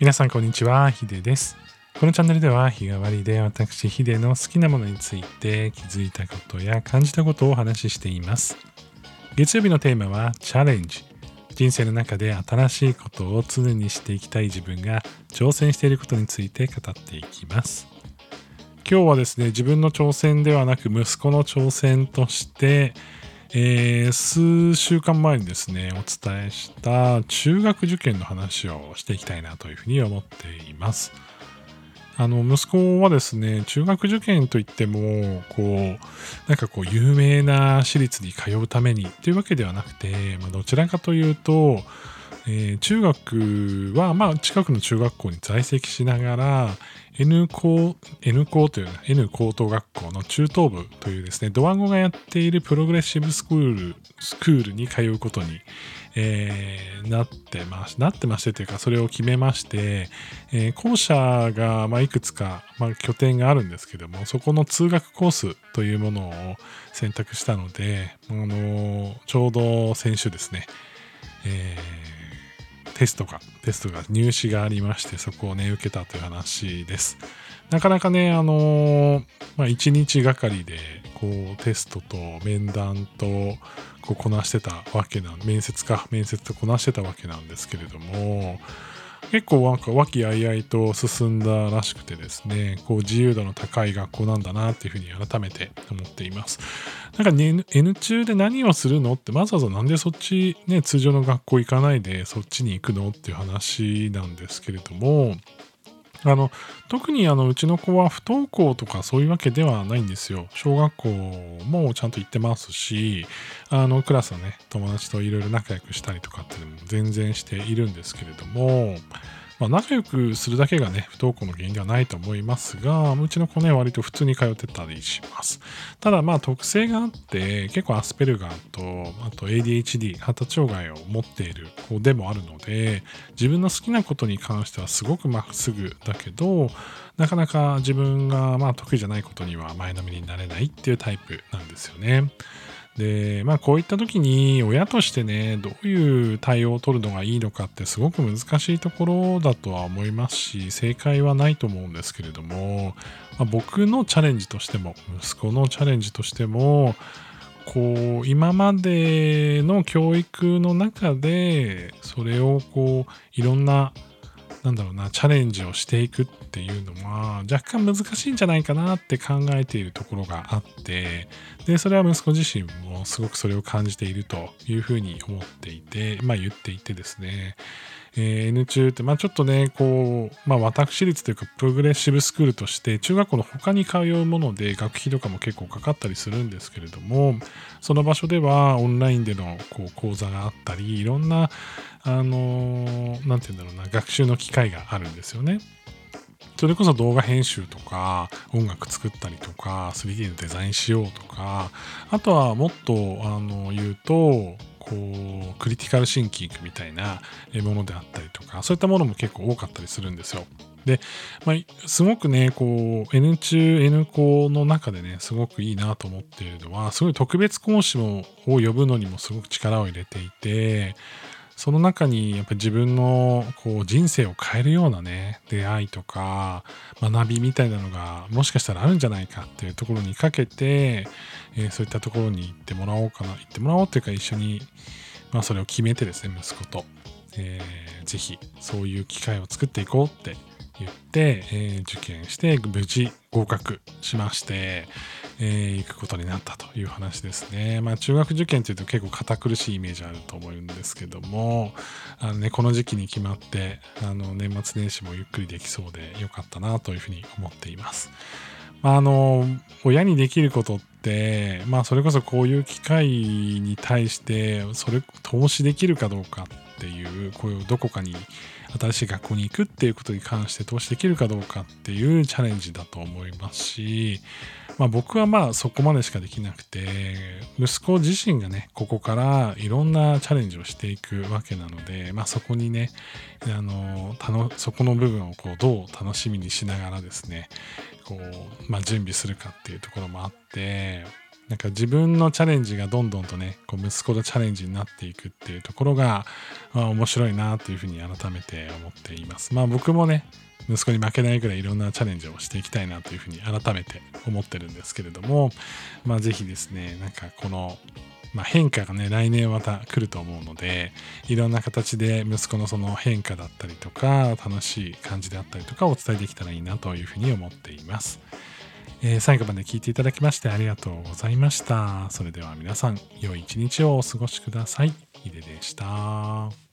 皆さんこんにちは、ヒデです。このチャンネルでは日替わりで私ヒデの好きなものについて気づいたことや感じたことをお話ししています。月曜日のテーマはチャレンジ。人生の中で新しいことを常にしていきたい自分が挑戦していることについて語っていきます。今日はですね、自分の挑戦ではなく息子の挑戦として、数週間前にですね、お伝えした中学受験の話をしていきたいなというふうに思っています。息子はですね、中学受験といっても、有名な私立に通うためにというわけではなくて、どちらかというと、中学は、近くの中学校に在籍しながら、N 校という N 高等学校の中等部というですね、ドワンゴがやっているプログレッシブスクールに通うことに、なってましてというか、それを決めまして、校舎が、いくつか、拠点があるんですけども、そこの通学コースというものを選択したので、ちょうど先週ですね、テストが入試がありまして、そこをね受けたという話です。なかなかね1日がかりでこうテストと面談とこうこなしてたわけなん面接とこなしてたわけなんですけれども、結構和気あいあいと進んだらしくてですね、こう自由度の高い学校なんだなっていうふうに改めて思っています。なんか、ね、N 中で何をするのって、わざわざなんでそっちね、通常の学校行かないでそっちに行くのっていう話なんですけれども、特にうちの子は不登校とかそういうわけではないんですよ。小学校もちゃんと行ってますし、クラスのね、友達といろいろ仲良くしたりとかっていうのも全然しているんですけれども、仲良くするだけがね、不登校の原因ではないと思いますが、うちの子ね、割と普通に通ってたりします。ただ特性があって、結構アスペルガーと、あと ADHD、発達障害を持っている子でもあるので、自分の好きなことに関してはすごくまっすぐだけど、なかなか自分が得意じゃないことには前のめりになれないっていうタイプなんですよね。で、こういった時に親としてね、どういう対応を取るのがいいのかってすごく難しいところだとは思いますし、正解はないと思うんですけれども、僕のチャレンジとしても、息子のチャレンジとしても、こう、今までの教育の中で、それをいろんなチャレンジをしていくっていうのは若干難しいんじゃないかなって考えているところがあって、で、それは息子自身もすごくそれを感じているというふうに思っていて、言っていてですね、N 中って、ちょっとね、私立というか、プログレッシブスクールとして、中学校の他に通うもので、学費とかも結構かかったりするんですけれども、その場所では、オンラインでの講座があったり、いろんな、学習の機会があるんですよね。それこそ動画編集とか音楽作ったりとか 3D のデザインしようとか、あとはもっと言うとクリティカルシンキングみたいなものであったりとか、そういったものも結構多かったりするんですよ。で、すごくね、N 中 N 校の中でね、すごくいいなと思っているのは、すごい特別講師を呼ぶのにもすごく力を入れていて、その中にやっぱり自分の人生を変えるようなね、出会いとか学びみたいなのがもしかしたらあるんじゃないかっていうところにかけて、そういったところに行ってもらおうっていうか、一緒にそれを決めてですね、息子と、ぜひそういう機会を作っていこうって言って、受験して無事合格しまして、行くことになったという話ですね。中学受験というと結構堅苦しいイメージあると思うんですけども、この時期に決まって、年末年始もゆっくりできそうでよかったなというふうに思っています。親にできることって、それこそこういう機会に対して、投資できるかどうかっていう、どこかに新しい学校に行くっていうことに関して投資できるかどうかっていうチャレンジだと思いますし、僕はそこまでしかできなくて、息子自身がね、ここからいろんなチャレンジをしていくわけなので、そこにね、そこの部分をどう楽しみにしながらですね、準備するかっていうところもあって、 なんか自分のチャレンジがどんどんとね、こう息子のチャレンジになっていくっていうところが、面白いなというふうに改めて思っています。僕もね、息子に負けないぐらいいろんなチャレンジをしていきたいなというふうに改めて思ってるんですけれども、ぜひですね、なんかこの、変化がね、来年また来ると思うので、いろんな形で息子のその変化だったりとか、楽しい感じであったりとかをお伝えできたらいいなというふうに思っています。最後まで聞いていただきましてありがとうございました。それでは皆さん、良い一日をお過ごしください。ヒデでした。